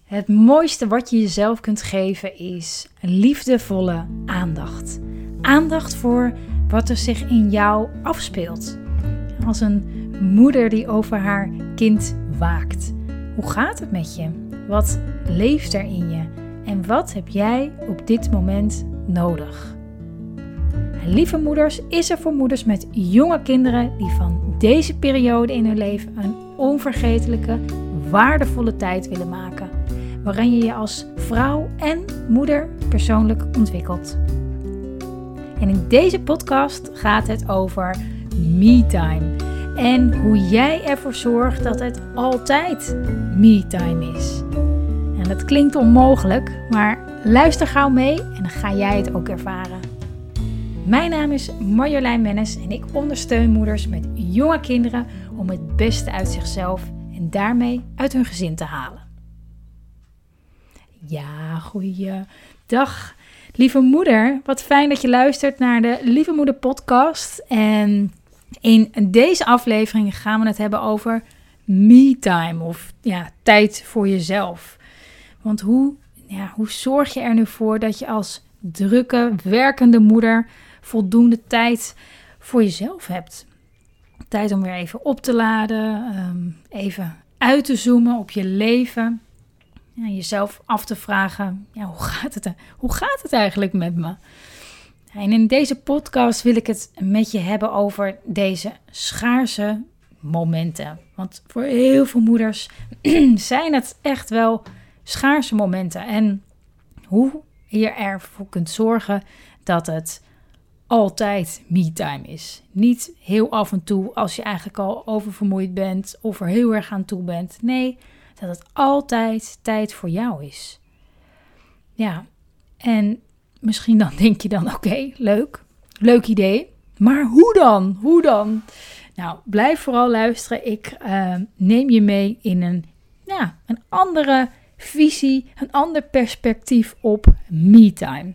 Het mooiste wat je jezelf kunt geven is liefdevolle aandacht. Aandacht voor wat er zich in jou afspeelt. Als een moeder die over haar kind waakt. Hoe gaat het met je? Wat leeft er in je? En wat heb jij op dit moment nodig? Lieve Moeders is er voor moeders met jonge kinderen die van deze periode in hun leven een onvergetelijke, waardevolle tijd willen maken. Waarin je je als vrouw en moeder persoonlijk ontwikkelt. En in deze podcast gaat het over me-time. En hoe jij ervoor zorgt dat het altijd me-time is. En dat klinkt onmogelijk, maar luister gauw mee en dan ga jij het ook ervaren. Mijn naam is Marjolein Mennis en ik ondersteun moeders met jonge kinderen om het beste uit zichzelf en daarmee uit hun gezin te halen. Ja, goeiedag lieve moeder. Wat fijn dat je luistert naar de Lieve Moeder podcast. En in deze aflevering gaan we het hebben over me-time of tijd voor jezelf. Want hoe zorg je er nu voor dat je als drukke, werkende moeder voldoende tijd voor jezelf hebt? Tijd om weer even op te laden, even uit te zoomen op je leven. Ja, jezelf af te vragen, hoe gaat het eigenlijk met me? En in deze podcast wil ik het met je hebben over deze schaarse momenten. Want voor heel veel moeders zijn het echt wel schaarse momenten. En hoe je ervoor kunt zorgen dat het altijd me-time is. Niet heel af en toe als je eigenlijk al oververmoeid bent of er heel erg aan toe bent. Nee, dat het altijd tijd voor jou is. Ja, en misschien dan denk je dan, oké, leuk idee. Maar hoe dan? Nou, blijf vooral luisteren. Ik neem je mee in een andere visie, een ander perspectief op me-time.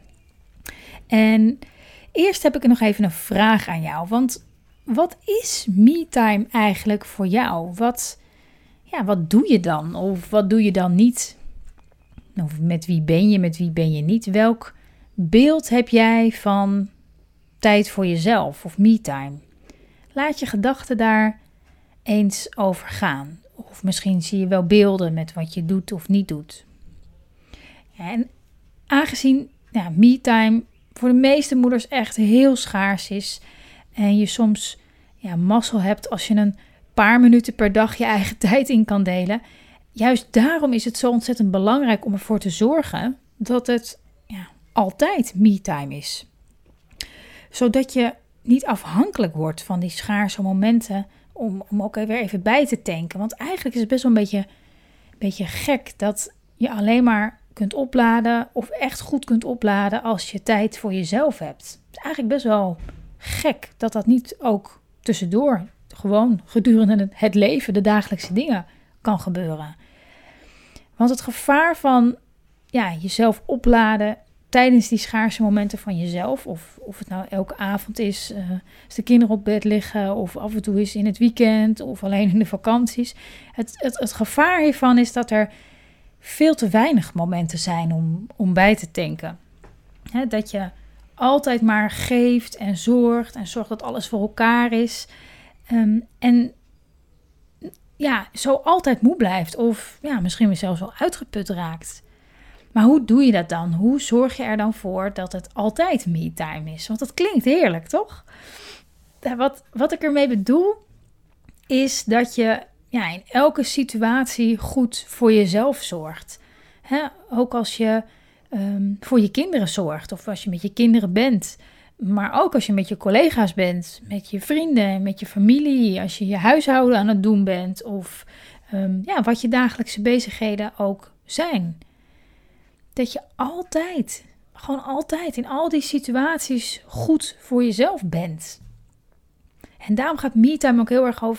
En eerst heb ik nog even een vraag aan jou. Want wat is me-time eigenlijk voor jou? Wat doe je dan? Of wat doe je dan niet? Of met wie ben je niet? Welk beeld heb jij van tijd voor jezelf of me-time? Laat je gedachten daar eens over gaan. Of misschien zie je wel beelden met wat je doet of niet doet. Ja, en aangezien me-time voor de meeste moeders echt heel schaars is. En je soms mazzel hebt als je een paar minuten per dag je eigen tijd in kan delen. Juist daarom is het zo ontzettend belangrijk om ervoor te zorgen dat het altijd me-time is. Zodat je niet afhankelijk wordt van die schaarse momenten om ook weer even bij te tanken. Want eigenlijk is het best wel een beetje gek dat je alleen maar kunt opladen of echt goed kunt opladen als je tijd voor jezelf hebt. Het is eigenlijk best wel gek dat dat niet ook tussendoor gewoon gedurende het leven, de dagelijkse dingen kan gebeuren. Want het gevaar van jezelf opladen tijdens die schaarse momenten van jezelf, of het nou elke avond is, als de kinderen op bed liggen, of af en toe is in het weekend, of alleen in de vakanties. Het gevaar hiervan is dat er veel te weinig momenten zijn om bij te tanken. Dat je altijd maar geeft en zorgt dat alles voor elkaar is. En zo altijd moe blijft of misschien weer zelfs wel uitgeput raakt. Maar hoe doe je dat dan? Hoe zorg je er dan voor dat het altijd me-time is? Want dat klinkt heerlijk, toch? Wat ik ermee bedoel is dat je in elke situatie goed voor jezelf zorgt. Ook als je voor je kinderen zorgt of als je met je kinderen bent. Maar ook als je met je collega's bent, met je vrienden, met je familie, als je je huishouden aan het doen bent of wat je dagelijkse bezigheden ook zijn. Dat je gewoon altijd in al die situaties goed voor jezelf bent. En daarom gaat me-time ook heel erg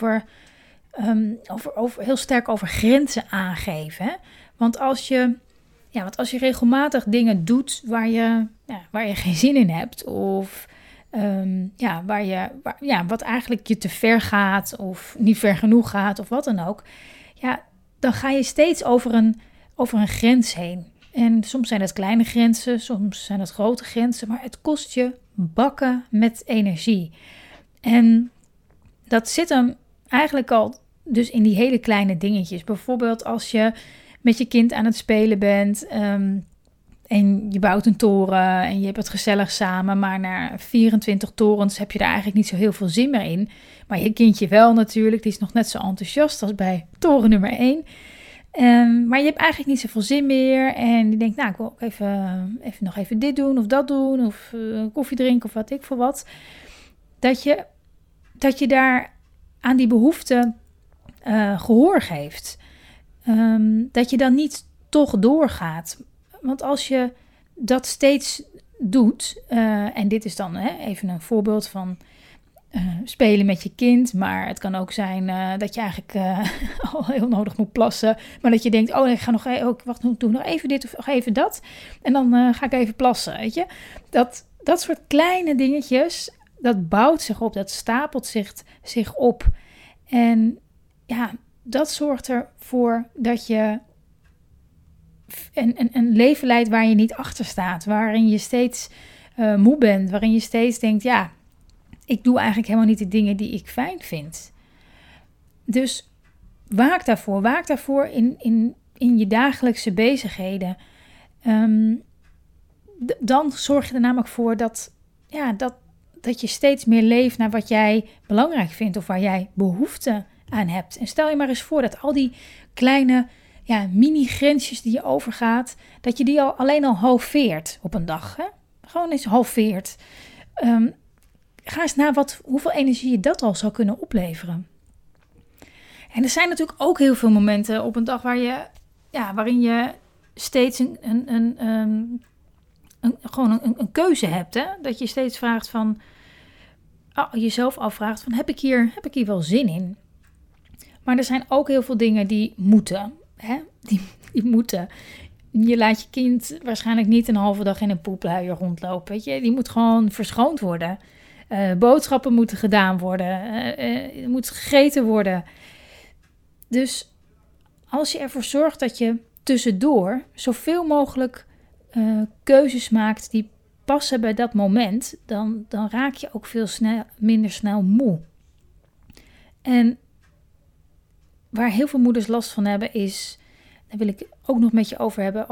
heel sterk over grenzen aangeven. Hè? Want als je regelmatig dingen doet waar je geen zin in hebt of wat eigenlijk je te ver gaat of niet ver genoeg gaat of wat dan ook, dan ga je steeds over over een grens heen. En soms zijn dat kleine grenzen, soms zijn dat grote grenzen, maar het kost je bakken met energie. En dat zit hem eigenlijk al dus in die hele kleine dingetjes. Bijvoorbeeld als je met je kind aan het spelen bent en je bouwt een toren en je hebt het gezellig samen, maar na 24 torens heb je daar eigenlijk niet zo heel veel zin meer in. Maar je kindje wel natuurlijk, die is nog net zo enthousiast als bij toren nummer 1. Maar je hebt eigenlijk niet zoveel zin meer en je denkt, nou, ik wil ook nog even dit doen of dat doen of koffie drinken of wat ik voor wat. Dat je daar aan die behoefte gehoor geeft. Dat je dan niet toch doorgaat. Want als je dat steeds doet, en dit is dan even een voorbeeld van spelen met je kind, maar het kan ook zijn dat je eigenlijk al heel nodig moet plassen, maar dat je denkt, ik ga nog doe nog even dit of even dat, en dan ga ik even plassen, weet je. Dat soort kleine dingetjes, dat bouwt zich op, dat stapelt zich op. En ja, dat zorgt ervoor dat je een leven leidt waar je niet achter staat, waarin je steeds moe bent, waarin je steeds denkt, ja, ik doe eigenlijk helemaal niet de dingen die ik fijn vind. Dus waak daarvoor in je dagelijkse bezigheden. Dan zorg je er namelijk voor dat je steeds meer leeft naar wat jij belangrijk vindt of waar jij behoefte aan hebt. En stel je maar eens voor dat al die kleine mini-grensjes die je overgaat, dat je die alleen al halveert op een dag. Hè? Gewoon eens halveert. Ga eens na hoeveel energie je dat al zou kunnen opleveren. En er zijn natuurlijk ook heel veel momenten op een dag waarin je steeds een keuze hebt. Hè? Dat je steeds vraagt jezelf afvraagt van heb ik hier wel zin in? Maar er zijn ook heel veel dingen die moeten. Hè? Die moeten. Je laat je kind waarschijnlijk niet een halve dag in een poepluier rondlopen. Weet je? Die moet gewoon verschoond worden. Boodschappen moeten gedaan worden. Er moet gegeten worden. Dus als je ervoor zorgt dat je tussendoor zoveel mogelijk keuzes maakt die passen bij dat moment, dan raak je ook minder snel moe. En waar heel veel moeders last van hebben is, daar wil ik ook nog met je over hebben,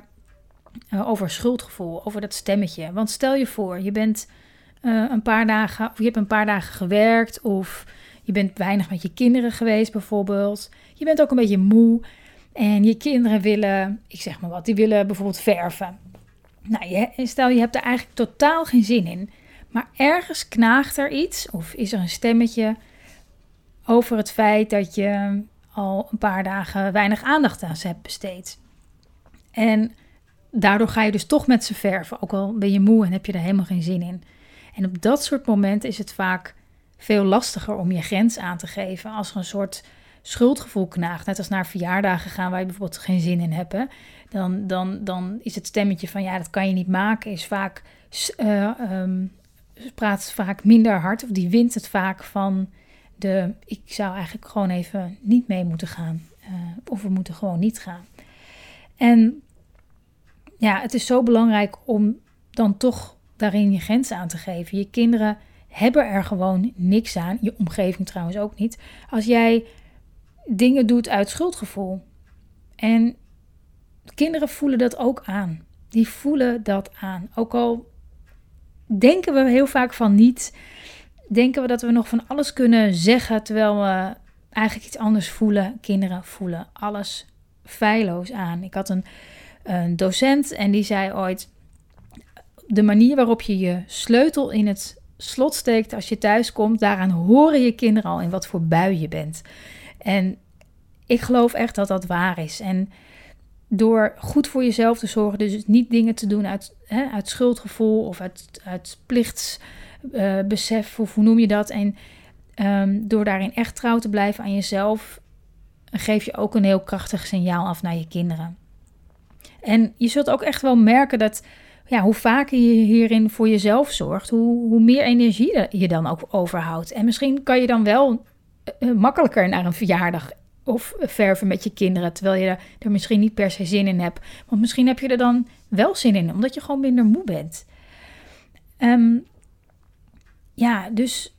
over schuldgevoel, over dat stemmetje. Want stel je voor, je bent een paar dagen gewerkt of je bent weinig met je kinderen geweest bijvoorbeeld. Je bent ook een beetje moe en je kinderen willen, ik zeg maar wat, die willen bijvoorbeeld verven. Nou, stel je hebt er eigenlijk totaal geen zin in, maar ergens knaagt er iets of is er een stemmetje over het feit dat je al een paar dagen weinig aandacht aan ze hebt besteed. En daardoor ga je dus toch met ze verven, ook al ben je moe en heb je er helemaal geen zin in. En op dat soort momenten is het vaak veel lastiger om je grens aan te geven als er een soort schuldgevoel knaagt. Net als naar verjaardagen gaan waar je bijvoorbeeld geen zin in hebt. Hè? Dan is het stemmetje van dat kan je niet maken, is vaak praat vaak minder hard of die wint het vaak van ik zou eigenlijk gewoon even niet mee moeten gaan. Of we moeten gewoon niet gaan. En het is zo belangrijk om dan toch daarin je grenzen aan te geven. Je kinderen hebben er gewoon niks aan. Je omgeving trouwens ook niet. Als jij dingen doet uit schuldgevoel. En kinderen voelen dat ook aan. Die voelen dat aan. Ook al denken we heel vaak van niet. Denken we dat we nog van alles kunnen zeggen, terwijl we eigenlijk iets anders voelen. Kinderen voelen alles feilloos aan. Ik had een docent en die zei ooit, de manier waarop je je sleutel in het slot steekt als je thuis komt, daaraan horen je kinderen al in wat voor bui je bent. En ik geloof echt dat dat waar is. En door goed voor jezelf te zorgen, dus niet dingen te doen uit schuldgevoel of uit plichtsbesef, of hoe noem je dat? En door daarin echt trouw te blijven aan jezelf, geef je ook een heel krachtig signaal af naar je kinderen. En je zult ook echt wel merken dat hoe vaker je hierin voor jezelf zorgt, hoe meer energie je dan ook overhoudt. En misschien kan je dan wel makkelijker naar een verjaardag of verven met je kinderen, terwijl je er misschien niet per se zin in hebt. Want misschien heb je er dan wel zin in, omdat je gewoon minder moe bent. Dus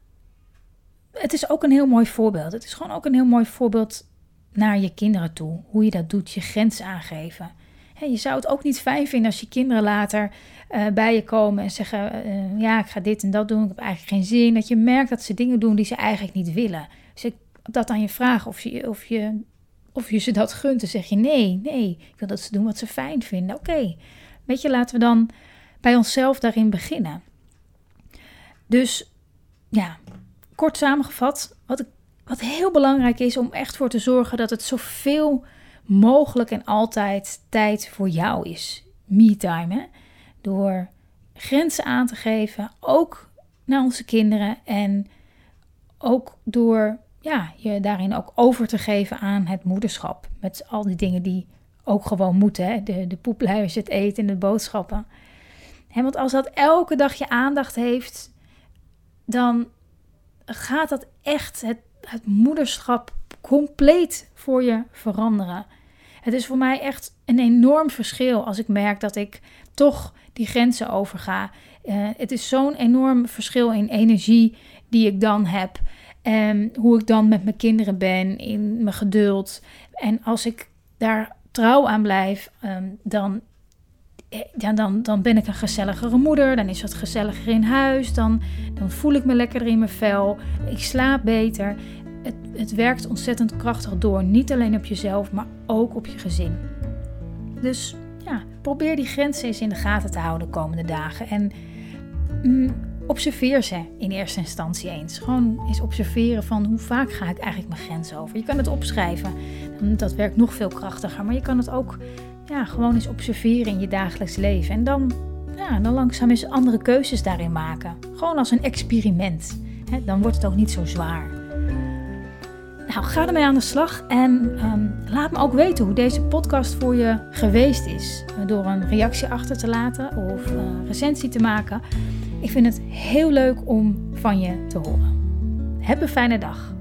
het is ook een heel mooi voorbeeld. Het is gewoon ook een heel mooi voorbeeld naar je kinderen toe. Hoe je dat doet, je grens aangeven. Je zou het ook niet fijn vinden als je kinderen later bij je komen en zeggen... ik ga dit en dat doen, ik heb eigenlijk geen zin. Dat je merkt dat ze dingen doen die ze eigenlijk niet willen. Dus ik dat aan je vraag of je ze dat gunt. Dan zeg je nee, ik wil dat ze doen wat ze fijn vinden. Oké, weet je, laten we dan bij onszelf daarin beginnen. Dus ja, kort samengevat, wat heel belangrijk is om echt voor te zorgen dat het zoveel mogelijk en altijd tijd voor jou is. Me-time, hè? Door grenzen aan te geven, ook naar onze kinderen en ook door je daarin ook over te geven aan het moederschap. Met al die dingen die ook gewoon moeten, hè? De poepluiers, het eten en de boodschappen. Want als dat elke dag je aandacht heeft, dan gaat dat echt het moederschap compleet voor je veranderen. Het is voor mij echt een enorm verschil als ik merk dat ik toch die grenzen overga. Het is zo'n enorm verschil in energie die ik dan heb. En hoe ik dan met mijn kinderen ben, in mijn geduld. En als ik daar trouw aan blijf, dan ben ik een gezelligere moeder. Dan is het gezelliger in huis. Dan voel ik me lekkerder in mijn vel. Ik slaap beter. Het werkt ontzettend krachtig door. Niet alleen op jezelf, maar ook op je gezin. Dus probeer die grenzen eens in de gaten te houden de komende dagen. En observeer ze in eerste instantie eens. Gewoon eens observeren van hoe vaak ga ik eigenlijk mijn grenzen over. Je kan het opschrijven. Dat werkt nog veel krachtiger. Maar je kan het ook gewoon eens observeren in je dagelijks leven. En dan langzaam eens andere keuzes daarin maken. Gewoon als een experiment. Dan wordt het ook niet zo zwaar. Nou, ga ermee aan de slag en laat me ook weten hoe deze podcast voor je geweest is. Door een reactie achter te laten of recensie te maken. Ik vind het heel leuk om van je te horen. Heb een fijne dag.